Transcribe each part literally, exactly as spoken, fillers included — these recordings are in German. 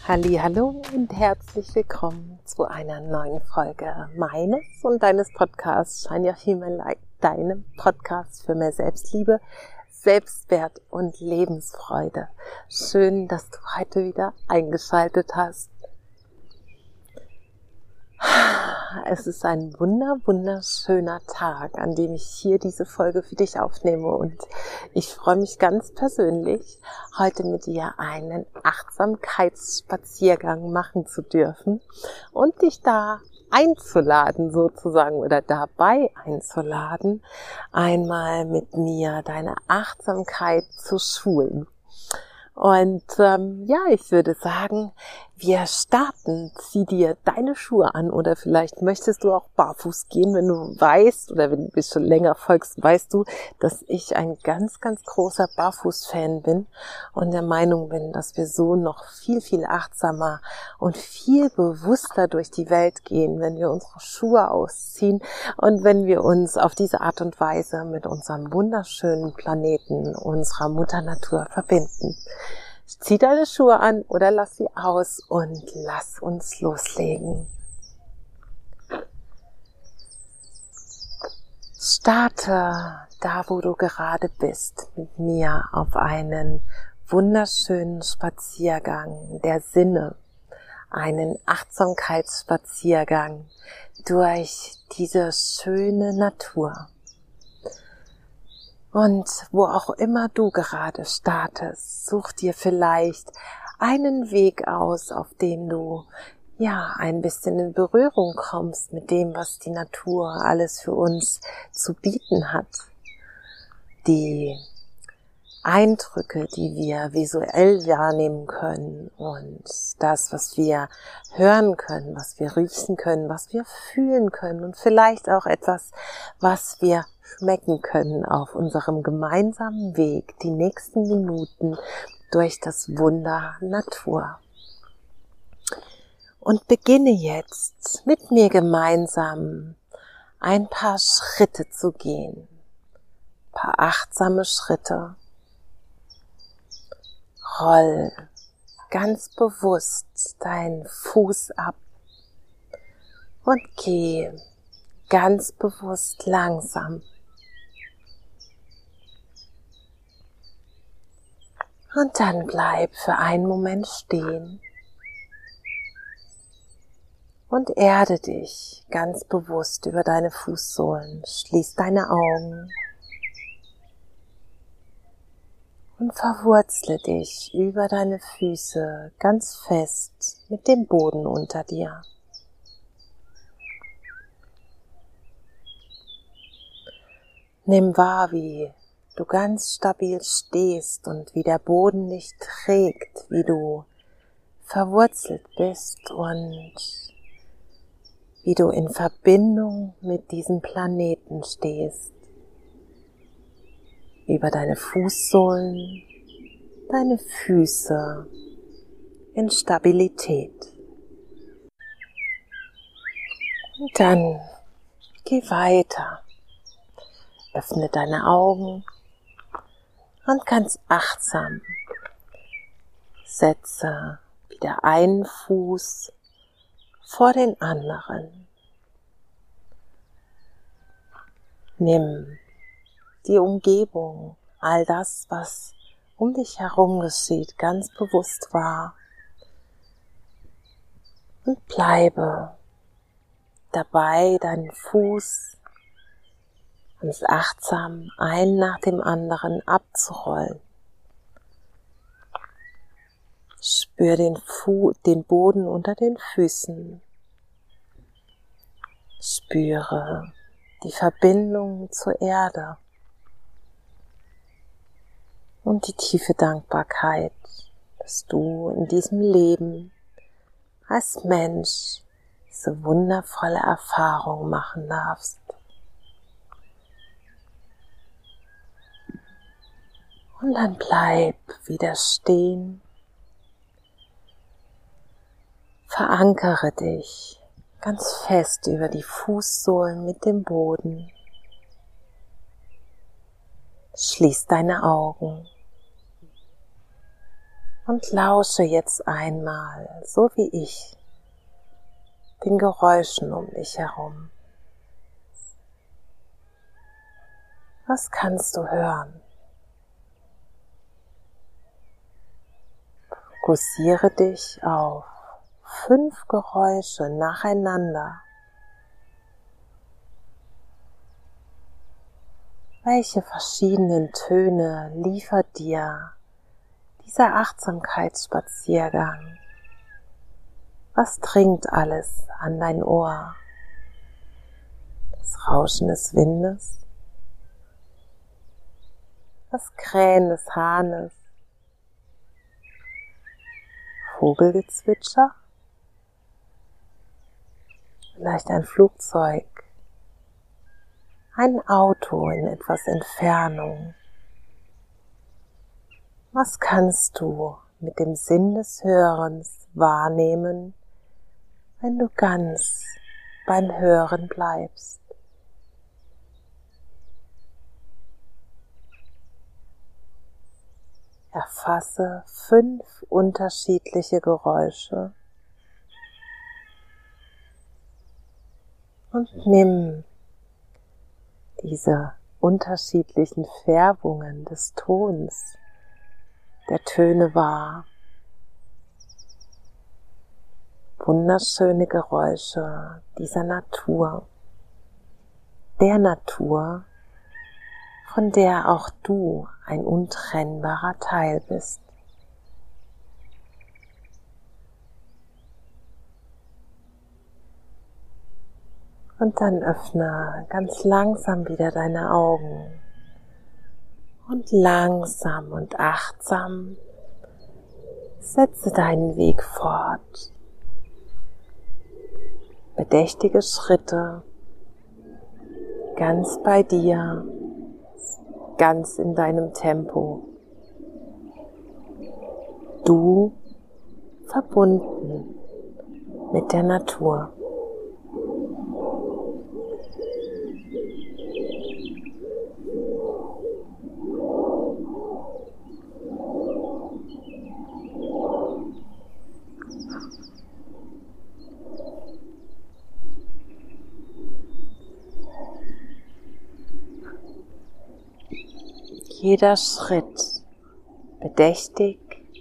Hallihallo und herzlich willkommen zu einer neuen Folge meines und deines Podcasts Shine Your Human Light, deinem Podcast für mehr Selbstliebe, Selbstwert und Lebensfreude. Schön, dass du heute wieder eingeschaltet hast. Es ist ein wunder, wunderschöner Tag, an dem ich hier diese Folge für dich aufnehme und ich freue mich ganz persönlich, heute mit dir einen Achtsamkeitsspaziergang machen zu dürfen und dich da einzuladen sozusagen oder dabei einzuladen, einmal mit mir deine Achtsamkeit zu schulen. Und ähm, ja, ich würde sagen, wir starten. Zieh dir deine Schuhe an oder vielleicht möchtest du auch barfuß gehen, wenn du weißt oder wenn du mich schon länger folgst, weißt du, dass ich ein ganz, ganz großer Barfuß-Fan bin und der Meinung bin, dass wir so noch viel, viel achtsamer und viel bewusster durch die Welt gehen, wenn wir unsere Schuhe ausziehen und wenn wir uns auf diese Art und Weise mit unserem wunderschönen Planeten, unserer Mutter Natur verbinden. Zieh deine Schuhe an oder lass sie aus und lass uns loslegen. Starte da, wo du gerade bist, mit mir auf einen wunderschönen Spaziergang der Sinne, einen Achtsamkeitsspaziergang durch diese schöne Natur. Und wo auch immer du gerade startest, such dir vielleicht einen Weg aus, auf dem du ja ein bisschen in Berührung kommst mit dem, was die Natur alles für uns zu bieten hat. Die Eindrücke, die wir visuell wahrnehmen können und das, was wir hören können, was wir riechen können, was wir fühlen können und vielleicht auch etwas, was wir schmecken können auf unserem gemeinsamen Weg, die nächsten Minuten durch das Wunder Natur. Und beginne jetzt mit mir gemeinsam ein paar Schritte zu gehen, ein paar achtsame Schritte. Roll ganz bewusst deinen Fuß ab und geh ganz bewusst langsam. Und dann bleib für einen Moment stehen und erde dich ganz bewusst über deine Fußsohlen. Schließ deine Augen und verwurzle dich über deine Füße ganz fest mit dem Boden unter dir. Nimm wahr, wie du ganz stabil stehst und wie der Boden dich trägt, wie du verwurzelt bist und wie du in Verbindung mit diesem Planeten stehst. Über deine Fußsohlen, deine Füße in Stabilität. Und dann geh weiter. Öffne deine Augen und ganz achtsam setze wieder einen Fuß vor den anderen. Nimm die Umgebung, all das, was um dich herum geschieht, ganz bewusst wahr und bleibe dabei, deinen Fuß ganz achtsam einen nach dem anderen abzurollen. Spür den, Fu- den Boden unter den Füßen. Spüre die Verbindung zur Erde und die tiefe Dankbarkeit, dass du in diesem Leben als Mensch diese wundervolle Erfahrung machen darfst. Und dann bleib wieder stehen. Verankere dich ganz fest über die Fußsohlen mit dem Boden. Schließ deine Augen Und lausche jetzt einmal, so wie ich, den Geräuschen um dich herum. Was kannst du hören? Fokussiere dich auf fünf Geräusche nacheinander. Welche verschiedenen Töne liefert dir dieser Achtsamkeitsspaziergang? Was dringt alles an dein Ohr? Das Rauschen des Windes? Das Krähen des Hahnes? Vogelgezwitscher? Vielleicht ein Flugzeug? Ein Auto in etwas Entfernung? Was kannst du mit dem Sinn des Hörens wahrnehmen, wenn du ganz beim Hören bleibst? Erfasse fünf unterschiedliche Geräusche und nimm diese unterschiedlichen Färbungen des Tons, der Töne wahr. Wunderschöne Geräusche dieser Natur, der Natur, von der auch du ein untrennbarer Teil bist. Und dann öffne ganz langsam wieder deine Augen und langsam und achtsam setze deinen Weg fort. Bedächtige Schritte, ganz bei dir, ganz in deinem Tempo. Du verbunden mit der Natur. Jeder Schritt bedächtig,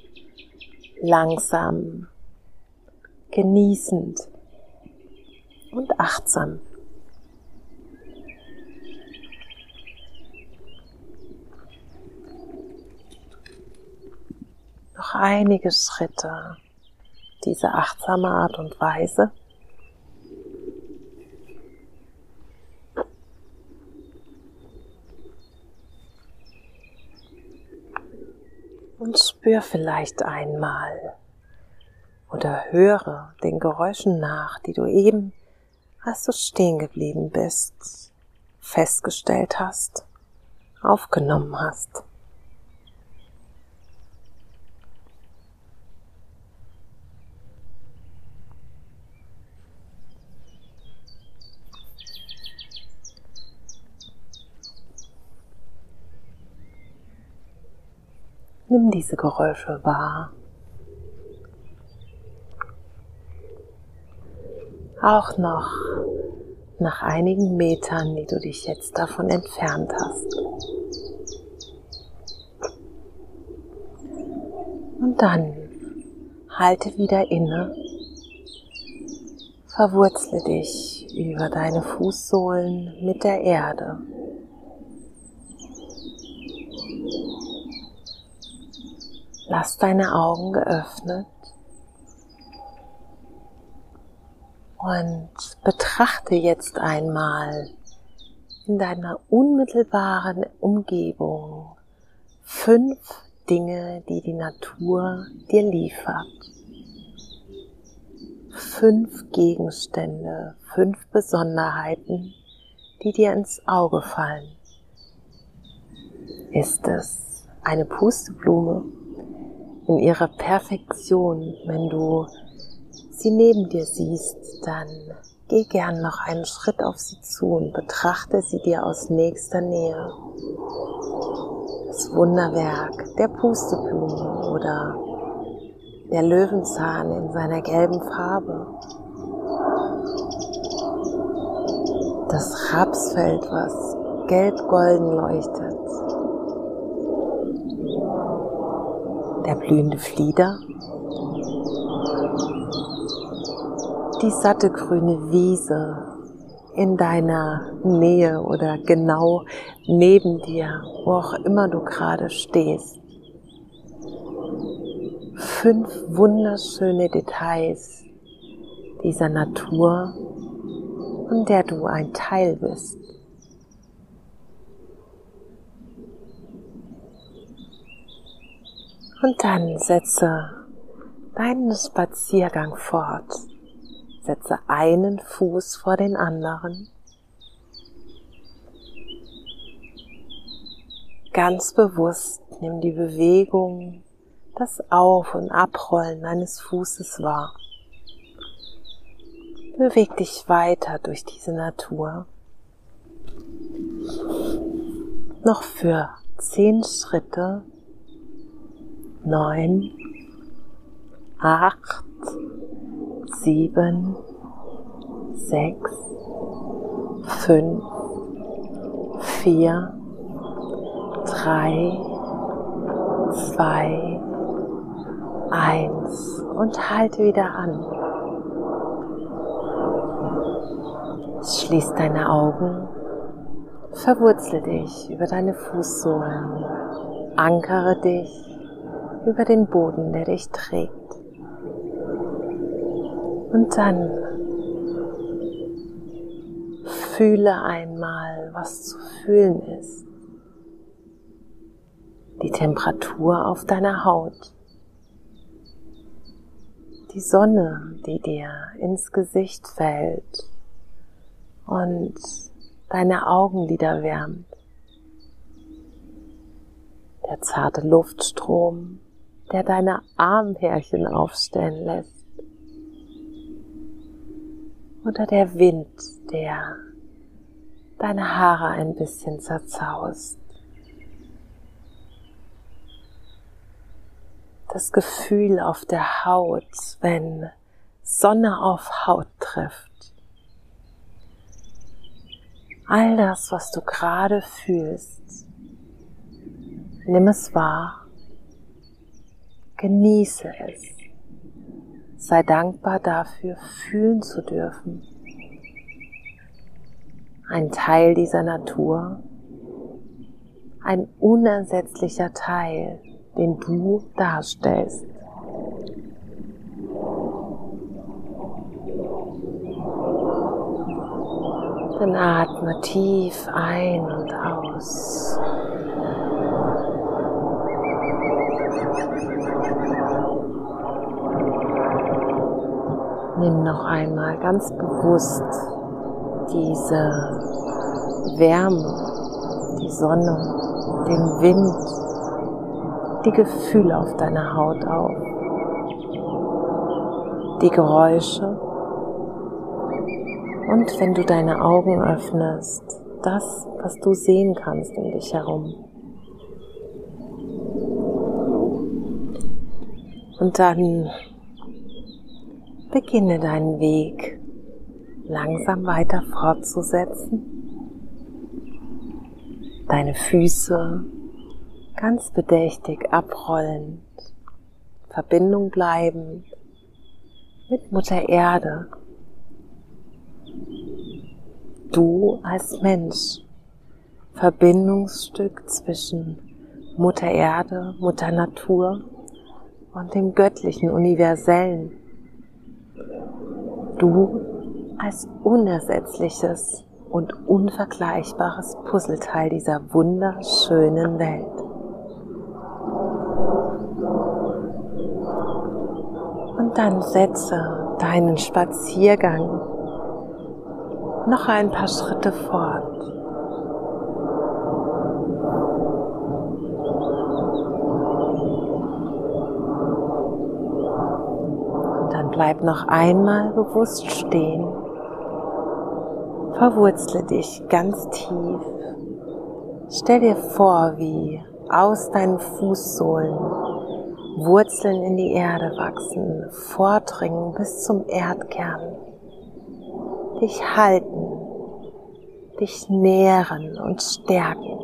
langsam, genießend und achtsam. Noch einige Schritte diese achtsame Art und Weise. Und spür vielleicht einmal oder höre den Geräuschen nach, die du eben, als du stehen geblieben bist, festgestellt hast, aufgenommen hast. Nimm diese Geräusche wahr. Auch noch nach einigen Metern, die du dich jetzt davon entfernt hast. Und dann halte wieder inne, verwurzle dich über deine Fußsohlen mit der Erde. Lass deine Augen geöffnet und betrachte jetzt einmal in deiner unmittelbaren Umgebung fünf Dinge, die die Natur dir liefert. Fünf Gegenstände, fünf Besonderheiten, die dir ins Auge fallen. Ist es eine Pusteblume in ihrer Perfektion? Wenn du sie neben dir siehst, dann geh gern noch einen Schritt auf sie zu und betrachte sie dir aus nächster Nähe. Das Wunderwerk der Pusteblume oder der Löwenzahn in seiner gelben Farbe, das Rapsfeld, was gelb-golden leuchtet, der blühende Flieder, die satte grüne Wiese in deiner Nähe oder genau neben dir, wo auch immer du gerade stehst. Fünf wunderschöne Details dieser Natur, von der du ein Teil bist. Und dann setze deinen Spaziergang fort. Setze einen Fuß vor den anderen. Ganz bewusst nimm die Bewegung, das Auf- und Abrollen deines Fußes wahr. Beweg dich weiter durch diese Natur. Noch für zehn Schritte. Neun, acht, sieben, sechs, fünf, vier, drei, zwei, eins und halte wieder an. Schließ deine Augen, verwurzle dich über deine Fußsohlen, ankere dich über den Boden, der dich trägt. Und dann fühle einmal, was zu fühlen ist. Die Temperatur auf deiner Haut. Die Sonne, die dir ins Gesicht fällt und deine Augenlider wärmt. Der zarte Luftstrom, der deine Armhärchen aufstellen lässt. Oder der Wind, der deine Haare ein bisschen zerzaust. Das Gefühl auf der Haut, wenn Sonne auf Haut trifft. All das, was du gerade fühlst, nimm es wahr, genieße es, sei dankbar dafür, fühlen zu dürfen. Ein Teil dieser Natur, ein unersetzlicher Teil, den du darstellst. Dann atme tief ein und aus. Nimm noch einmal ganz bewusst diese Wärme, die Sonne, den Wind, die Gefühle auf deiner Haut auf, die Geräusche und wenn du deine Augen öffnest, das, was du sehen kannst um dich herum. Und dann beginne deinen Weg langsam weiter fortzusetzen. Deine Füße ganz bedächtig abrollend, Verbindung bleibend mit Mutter Erde. Du als Mensch, Verbindungsstück zwischen Mutter Erde, Mutter Natur und dem göttlichen, universellen. Du als unersetzliches und unvergleichbares Puzzleteil dieser wunderschönen Welt. Und dann setze deinen Spaziergang noch ein paar Schritte fort. Und dann bleib noch einmal bewusst stehen. Verwurzle dich ganz tief. Stell dir vor, wie aus deinen Fußsohlen Wurzeln in die Erde wachsen, vordringen bis zum Erdkern, dich halten, dich nähren und stärken.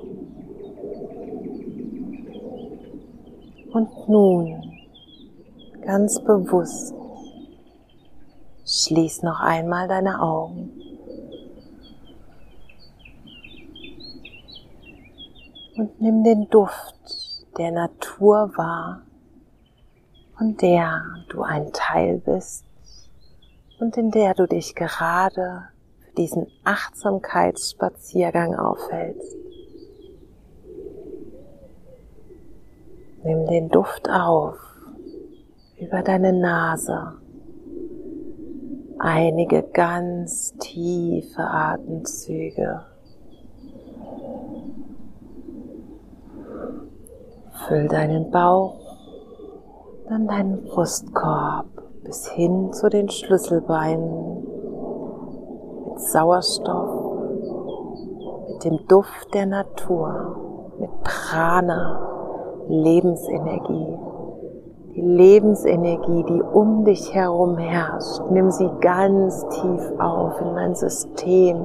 Und nun, ganz bewusst, schließ noch einmal deine Augen und nimm den Duft der Natur wahr, von der du ein Teil bist und in der du dich gerade für diesen Achtsamkeitsspaziergang aufhältst. Nimm den Duft auf über deine Nase. Einige ganz tiefe Atemzüge. Füll deinen Bauch, dann deinen Brustkorb bis hin zu den Schlüsselbeinen mit Sauerstoff, mit dem Duft der Natur, mit Prana, Lebensenergie. Die Lebensenergie, die um dich herum herrscht, nimm sie ganz tief auf in dein System.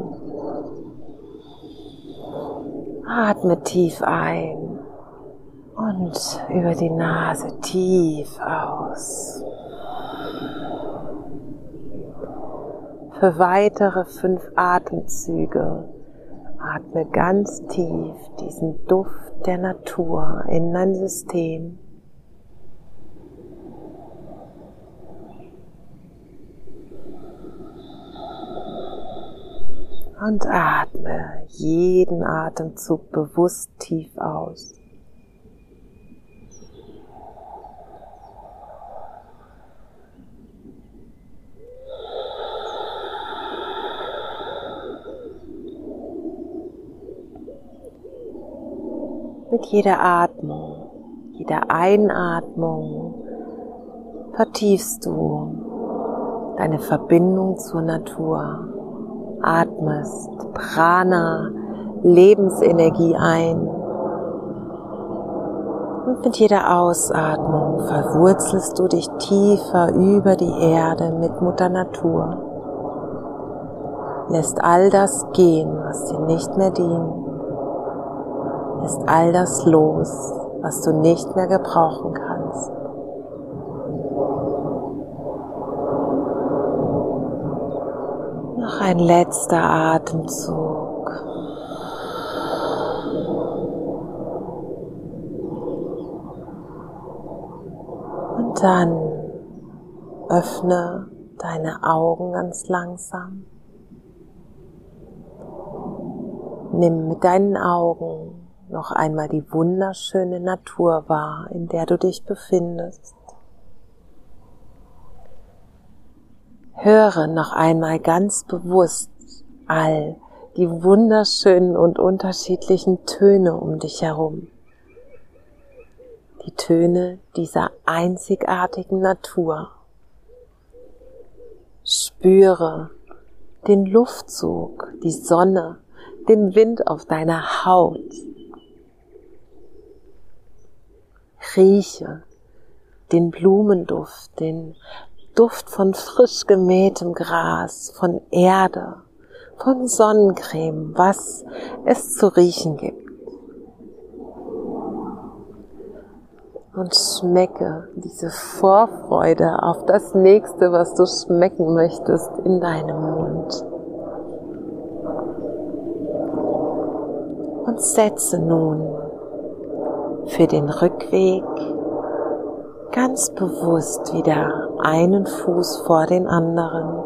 Atme tief ein und über die Nase tief aus. Für weitere fünf Atemzüge atme ganz tief diesen Duft der Natur in dein System. Und atme jeden Atemzug bewusst tief aus. Mit jeder Atmung, jeder Einatmung vertiefst du deine Verbindung zur Natur. Atmest Prana, Lebensenergie ein und mit jeder Ausatmung verwurzelst du dich tiefer über die Erde mit Mutter Natur. Lässt all das gehen, was dir nicht mehr dient. Lässt all das los, was du nicht mehr gebrauchen kannst. Noch ein letzter Atemzug. Und dann öffne deine Augen ganz langsam. Nimm mit deinen Augen noch einmal die wunderschöne Natur wahr, in der du dich befindest. Höre noch einmal ganz bewusst all die wunderschönen und unterschiedlichen Töne um dich herum. Die Töne dieser einzigartigen Natur. Spüre den Luftzug, die Sonne, den Wind auf deiner Haut. Rieche den Blumenduft, den Duft von frisch gemähtem Gras, von Erde, von Sonnencreme, was es zu riechen gibt. Und schmecke diese Vorfreude auf das Nächste, was du schmecken möchtest, in deinem Mund. Und setze nun für den Rückweg ganz bewusst wieder einen Fuß vor den anderen.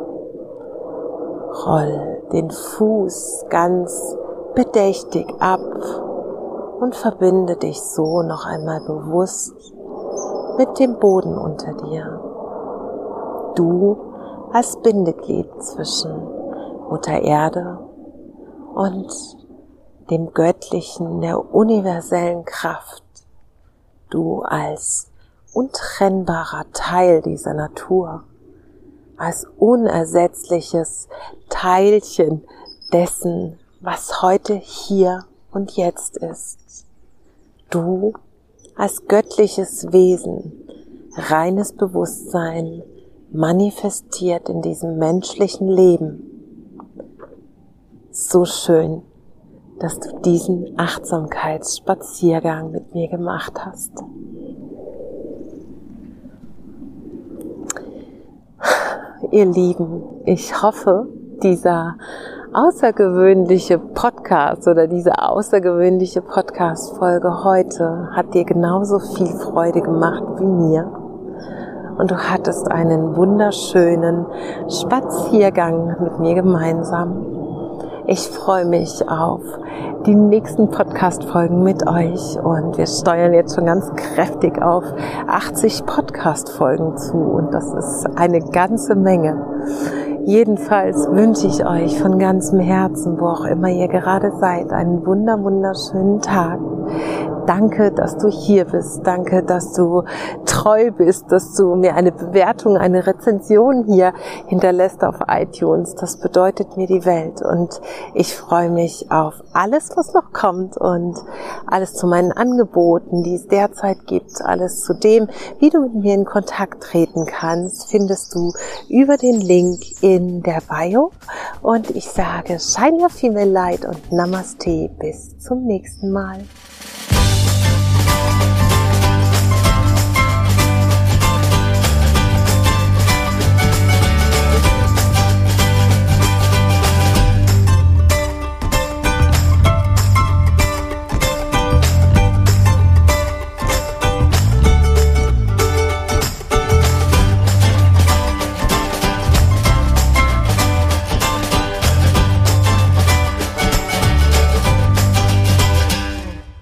Roll den Fuß ganz bedächtig ab und verbinde dich so noch einmal bewusst mit dem Boden unter dir. Du als Bindeglied zwischen Mutter Erde und dem Göttlichen, der universellen Kraft. Du als untrennbarer Teil dieser Natur, als unersetzliches Teilchen dessen, was heute hier und jetzt ist. Du als göttliches Wesen, reines Bewusstsein, manifestiert in diesem menschlichen Leben. So schön, dass du diesen Achtsamkeitsspaziergang mit mir gemacht hast. Ihr Lieben, ich hoffe, dieser außergewöhnliche Podcast oder diese außergewöhnliche Podcast-Folge heute hat dir genauso viel Freude gemacht wie mir. Und du hattest einen wunderschönen Spaziergang mit mir gemeinsam. Ich freue mich auf die nächsten Podcast-Folgen mit euch und wir steuern jetzt schon ganz kräftig auf achtzig Podcast-Folgen zu und das ist eine ganze Menge. Jedenfalls wünsche ich euch von ganzem Herzen, wo auch immer ihr gerade seid, einen wunder, wunderschönen Tag. Danke, dass du hier bist. Danke, dass du treu bist, dass du mir eine Bewertung, eine Rezension hier hinterlässt auf iTunes. Das bedeutet mir die Welt und ich freue mich auf alles, was noch kommt und alles zu meinen Angeboten, die es derzeit gibt. Alles zu dem, wie du mit mir in Kontakt treten kannst, findest du über den Link in der Bio. Und ich sage Shine Your Female Light und Namaste. Bis zum nächsten Mal.